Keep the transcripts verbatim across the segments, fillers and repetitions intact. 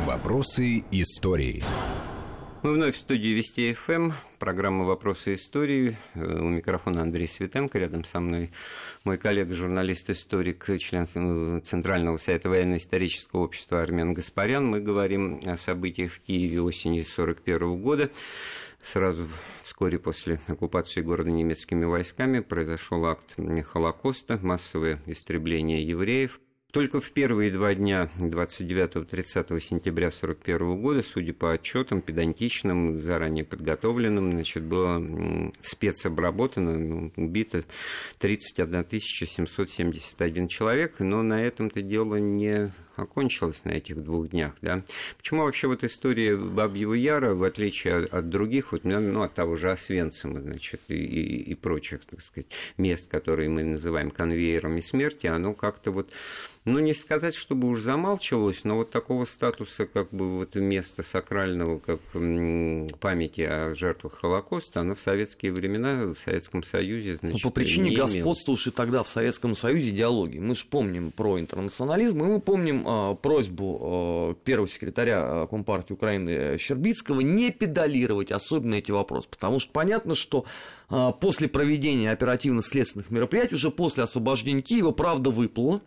Вопросы истории. Мы вновь в студии Вести эф эм, программа «Вопросы истории». У микрофона Андрей Светенко, рядом со мной мой коллега, журналист-историк, член Центрального совета военно-исторического общества Армен Гаспарян. Мы говорим о событиях в Киеве осенью сорок первого года. Сразу вскоре после оккупации города немецкими войсками произошел акт Холокоста, массовое истребление евреев. Только в первые два дня, двадцать девятого-тридцатого сентября сорок первого года, судя по отчетам педантичным, заранее подготовленным, значит, было спецобработано, убито тридцать одна тысяча семьсот семьдесят один человек, но на этом-то дело не окончилось на этих двух днях, да. Почему вообще вот история Бабьего Яра, в отличие от, от других, вот, ну, от того же Освенцима, значит, и, и, и прочих, так сказать, мест, которые мы называем конвейерами смерти, оно как-то вот, ну, не сказать, чтобы уж замалчивалось, но вот такого статуса, как бы, вот места сакрального, как памяти о жертвах Холокоста, оно в советские времена, в Советском Союзе, значит, по причине господствовавшей тогда в Советском Союзе идеологии. Мы же помним про интернационализм, и мы помним э, просьбу э, первого секретаря Компартии Украины Щербицкого не педалировать особенно эти вопросы, потому что понятно, что э, после проведения оперативно-следственных мероприятий, уже после освобождения Киева, правда выплыла.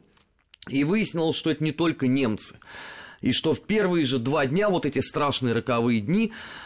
И выяснилось, что это не только немцы, и что в первые же два дня, вот эти страшные роковые дни,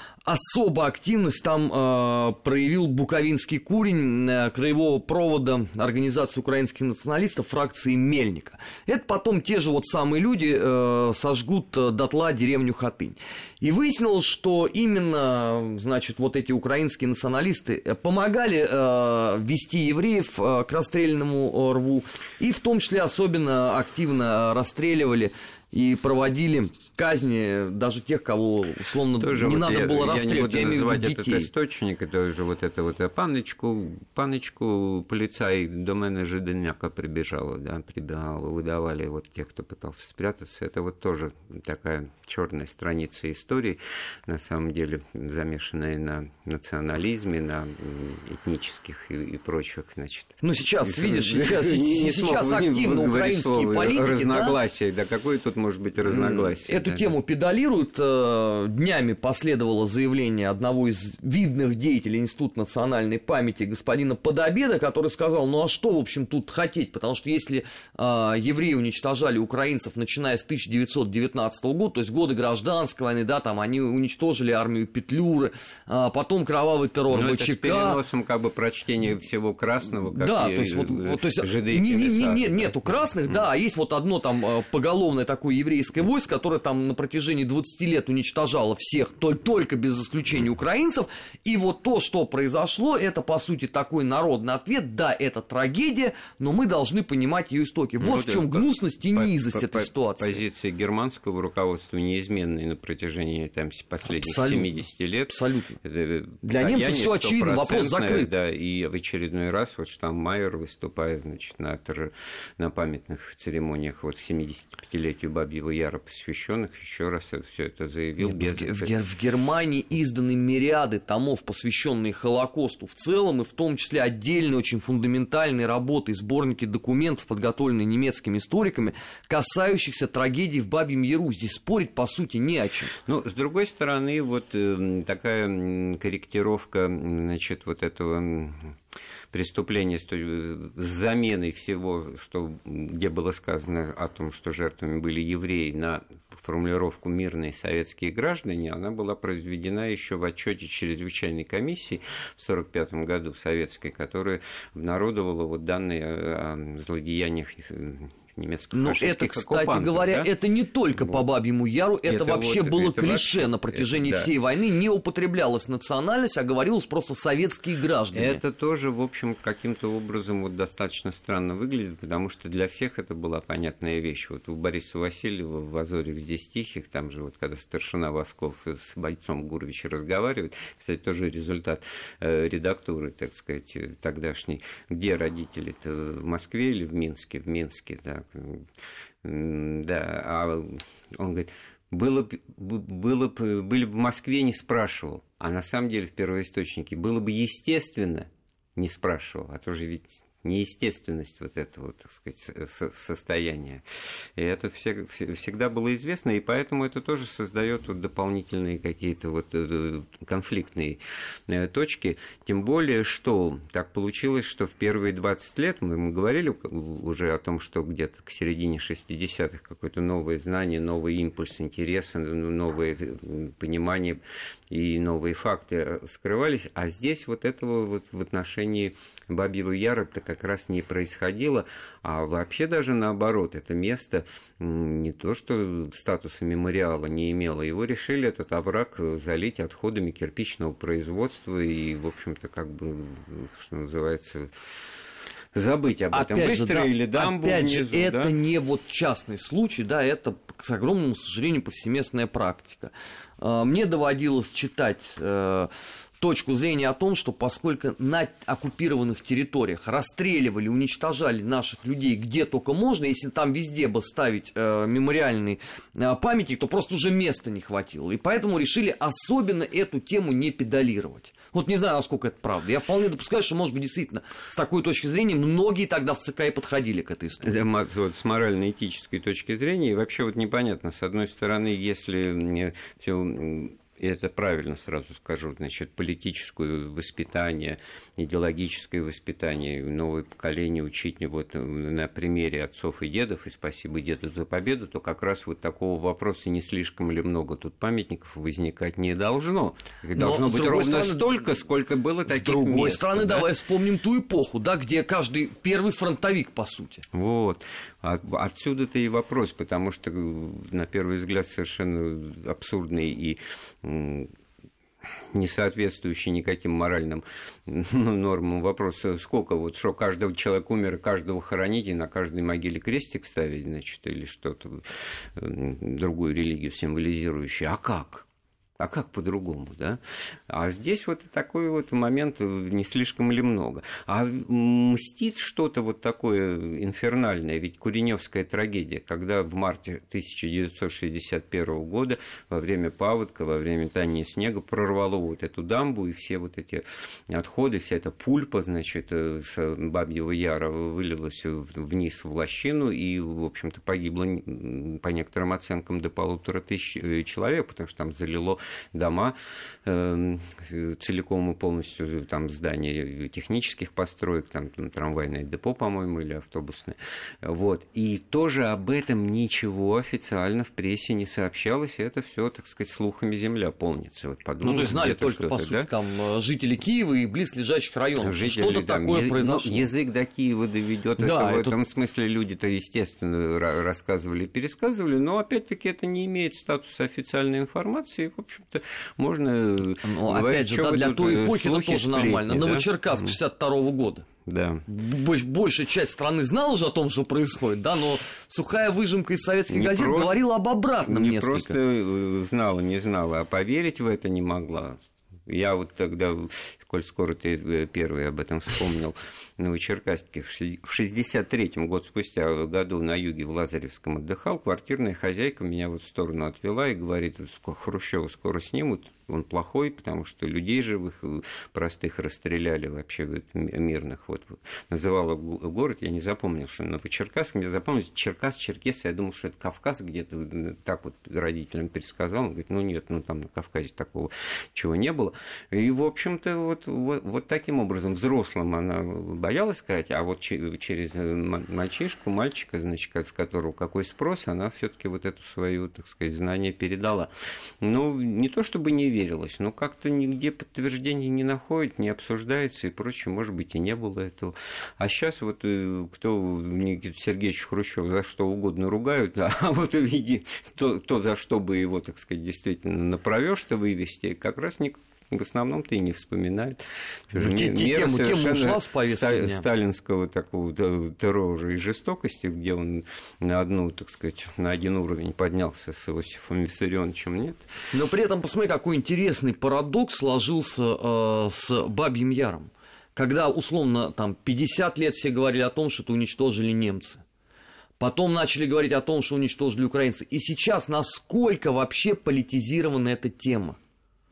особо активность там э, проявил буковинский курень э, краевого провода Организации украинских националистов фракции Мельника. Это потом те же вот самые люди э, сожгут дотла деревню Хатынь. И выяснилось, что именно, значит, вот эти украинские националисты помогали э, вести евреев э, к расстрельному рву, и в том числе особенно активно расстреливали и проводили казни даже тех, кого, условно, тоже не вот надо я, было расстреливать. Я не буду я называть этот детей. Источник, это же вот это вот паночку, паночку полицай до мене жиденяка прибежала, да, прибегала, выдавали вот тех, кто пытался спрятаться. Это вот тоже такая черная страница истории, на самом деле замешанная на национализме, на этнических и, и прочих, значит. Ну сейчас, и, видишь, не, сейчас, не, не сейчас активно украинские политики, разногласия, да? Да, какое тут может быть разногласие? Эту да, тему да. педалируют. Днями последовало заявление одного из видных деятелей Института национальной памяти господина Подобеда, который сказал, ну а что, в общем, тут хотеть, потому что если э, евреи уничтожали украинцев, начиная с тысяча девятьсот девятнадцатого года, то есть годы гражданской войны, да, там они уничтожили армию Петлюры, э, потом кровавый террор ну, ВЧК. Это с переносом как бы прочтения всего красного, как да, и, то есть, вот, э, то есть жиды не, не, не, не, да. нету красных, mm. да, а есть вот одно там поголовное такое еврейское войско, которое там на протяжении двадцати лет уничтожало всех, только без исключения украинцев, и вот то, что произошло, это, по сути, такой народный ответ, да, это трагедия, но мы должны понимать ее истоки. Вот ну, в чем гнусность и низость этой ситуации. Позиция германского руководства неизменная на протяжении там, последних абсолютно, семидесяти лет. Абсолютно. Это, для немцев все очевидно, вопрос закрыт. Да, и в очередной раз вот Штаммайер выступает, значит, на, на памятных церемониях вот семидесятипятилетию Бабьего Яра посвященных, еще раз все это заявил. Нет, без... в, в, в Германии изданы мириады томов, посвященные Холокосту в целом, и в том числе отдельные, очень фундаментальные работы, сборники документов, подготовленные немецкими историками, касающихся трагедий в Бабьем Яру. Здесь спорить, по сути, не о чем. Ну, с другой стороны, вот э, такая корректировка, значит, вот этого... преступление с заменой всего, что, где было сказано о том, что жертвами были евреи, на формулировку «мирные советские граждане», она была произведена еще в отчете чрезвычайной комиссии в сорок пятом году советской, которая обнародовала вот данные о злодеяниях немецких Но фашистских это, кстати оккупантов, говоря, да? это не только вот. По Бабьему Яру, это, это вообще вот, было это клише вообще, на протяжении это, всей да. войны, не употреблялась национальность, а говорилось просто советские граждане. Это тоже, в общем, каким-то образом вот достаточно странно выглядит, потому что для всех это была понятная вещь. Вот у Бориса Васильева в «Азорях здесь тихих», там же вот когда старшина Восков с бойцом Гурвича разговаривает, кстати, тоже результат э, редактуры, так сказать, тогдашней, где родители-то, в Москве или в Минске? В Минске, да. Да, а он говорит, было бы, было бы, были бы в Москве, не спрашивал, а на самом деле в первоисточнике было бы естественно, не спрашивал, а то же ведь неестественность вот этого, так сказать, состояния. И это всегда было известно, и поэтому это тоже создает вот дополнительные какие-то вот конфликтные точки. Тем более, что так получилось, что в первые двадцать лет мы, мы говорили уже о том, что где-то к середине шестидесятых какое-то новое знание, новый импульс интереса, новые понимания и новые факты скрывались, а здесь вот этого вот в отношении Бабьего Яра-то как раз не происходило, а вообще даже наоборот, это место не то что статуса мемориала не имело, его решили этот овраг залить отходами кирпичного производства и, в общем-то, как бы, что называется, забыть об этом. Опять Выстроили же, да, дамбу опять внизу, же, это да? не вот частный случай, да, это, к огромному сожалению, повсеместная практика. Мне доводилось читать точку зрения о том, что поскольку на оккупированных территориях расстреливали, уничтожали наших людей где только можно, если там везде бы ставить э, мемориальный э, памятник, то просто уже места не хватило. И поэтому решили особенно эту тему не педалировать. Вот не знаю, насколько это правда. Я вполне допускаю, что, может быть, действительно, с такой точки зрения, многие тогда в ЦК и подходили к этой истории. Да, вот с морально-этической точки зрения, и вообще вот непонятно, с одной стороны, если все... И это правильно сразу скажу, значит, политическое воспитание, идеологическое воспитание, новое поколение учить вот на примере отцов и дедов, и спасибо деду за победу, то как раз вот такого вопроса, не слишком ли много тут памятников, возникать не должно. Их должно быть ровно стороны, столько, сколько было таких мест. С другой мест, стороны, да? Давай вспомним ту эпоху, да, где каждый первый фронтовик, по сути. Вот. Отсюда-то и вопрос, потому что, на первый взгляд, совершенно абсурдный и не соответствующий никаким моральным нормам вопрос, сколько вот, что каждый человек умер, каждого хоронить, и на каждой могиле крестик ставить, значит, или что-то, другую религию символизирующую. А как? А как по-другому, да? А здесь вот такой вот момент, не слишком ли много. А мстит что-то вот такое инфернальное, ведь Куреневская трагедия, когда в марте тысяча девятьсот шестьдесят первого года во время паводка, во время таяния снега прорвало вот эту дамбу, и все вот эти отходы, вся эта пульпа, значит, с Бабьего Яра вылилась вниз в лощину, и, в общем-то, погибло, по некоторым оценкам, до полутора тысяч человек, потому что там залило дома э, целиком и полностью, там здания технических построек, там, там трамвайное депо, по-моему, или автобусное. Вот. И тоже об этом ничего официально в прессе не сообщалось, и это все, так сказать, слухами земля полнится. Вот подумали, ну, то есть знали только, по сути, да? Там жители Киева и близлежащих районов. Жители, что-то там, такое язык, произошло. Ну, язык до Киева доведет. Да, это, в это... этом смысле люди-то, естественно, рассказывали, пересказывали, но, опять-таки, это не имеет статуса официальной информации. В общем, общем-то, можно ну, говорить, опять же, да, для той эпохи это тоже сплетни, нормально. Да? Новочеркасск шестьдесят второго года. Да. Большая часть страны знала уже о том, что происходит, да, но сухая выжимка из советских не газет просто, говорила об обратном не несколько. Не просто знала, не знала, а поверить в это не могла. Я вот тогда, коль скоро ты первый об этом вспомнил, в Новочеркасске в шестьдесят третьем, год спустя, году на юге в Лазаревском отдыхал, квартирная хозяйка меня вот в сторону отвела и говорит, Хрущева скоро снимут, он плохой, потому что людей живых, простых расстреляли вообще мирных. Вот. Называла город, я не запомнил, что Новочеркасск, я запомнил Черкас, Черкес, я думал, что это Кавказ, где-то так вот родителям пересказал, он говорит, ну нет, ну там на Кавказе такого чего не было. И, в общем-то, вот, вот, вот таким образом взрослым она боялась сказать, а вот через мальчишку, мальчика, значит, с которого какой спрос, она все-таки вот эту свою, так сказать, знание передала. Ну, не то чтобы не верилось, но как-то нигде подтверждений не находит, не обсуждается и прочее, может быть, и не было этого. А сейчас вот кто Никита Сергеевич Хрущев за что угодно ругают, а вот увиди то, то, за что бы его, так сказать, действительно направёшь-то вывести, как раз не в основном-то и не вспоминают. Ну, Мера совершенно ста- сталинского такого террора и жестокости, где он на одну, так сказать, на один уровень поднялся с Иосифом Виссарионовичем, нет. Но при этом, посмотри, какой интересный парадокс сложился э, с Бабьим Яром. Когда, условно, там, пятьдесят лет все говорили о том, что это уничтожили немцы. Потом начали говорить о том, что уничтожили украинцы. И сейчас насколько вообще политизирована эта тема?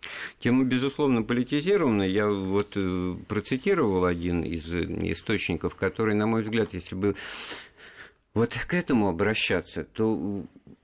Тема, безусловно, политизирована. Я вот процитировал один из источников, который, на мой взгляд, если бы вот к этому обращаться, то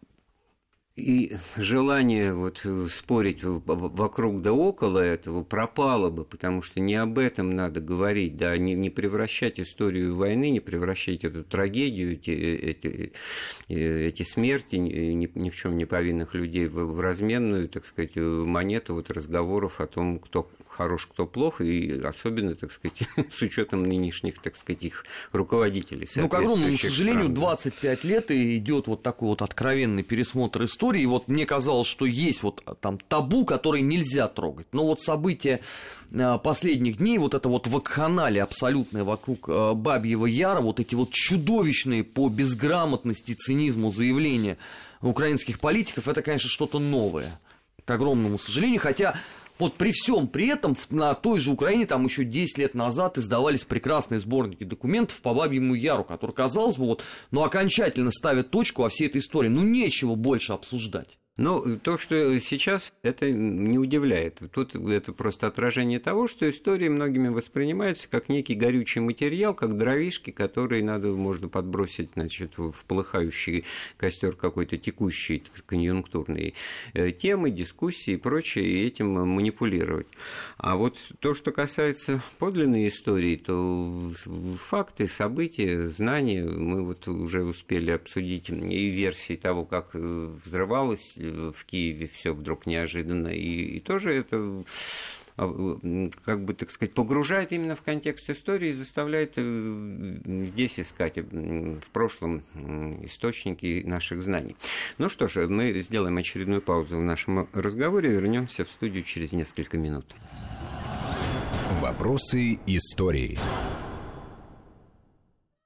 и желание вот спорить вокруг да около этого пропало бы, потому что не об этом надо говорить, да, не, не превращать историю войны, не превращать эту трагедию, эти, эти, эти смерти ни, ни в чем не повинных людей в, в разменную, так сказать, монету вот разговоров о том, кто хорош, кто плох, и особенно, так сказать, с учетом нынешних, так сказать, их руководителей. Ну, к огромному сожалению, двадцать пять лет и идет вот такой вот откровенный пересмотр истории. И вот мне казалось, что есть вот там табу, который нельзя трогать. Но вот события последних дней, вот это вот вакханалия абсолютная вокруг Бабьего Яра, вот эти вот чудовищные по безграмотности и цинизму заявления украинских политиков, это, конечно, что-то новое, к огромному сожалению, хотя... Вот при всем при этом на той же Украине там еще десять лет назад издавались прекрасные сборники документов по Бабьему Яру, который, казалось бы, вот, ну, окончательно ставит точку во всей этой истории. Ну, нечего больше обсуждать. Ну, то, что сейчас, это не удивляет. Тут это просто отражение того, что история многими воспринимается как некий горючий материал, как дровишки, которые надо, можно подбросить, значит, в полыхающий костер какой-то текущей конъюнктурной темы, дискуссии и прочее, и этим манипулировать. А вот то, что касается подлинной истории, то факты, события, знания мы вот уже успели обсудить и версии того, как взрывалось в Киеве все вдруг неожиданно, и, и тоже это, как бы, так сказать, погружает именно в контекст истории и заставляет здесь искать в прошлом источники наших знаний. Ну что ж, мы сделаем очередную паузу в нашем разговоре и вернемся в студию через несколько минут. Вопросы истории.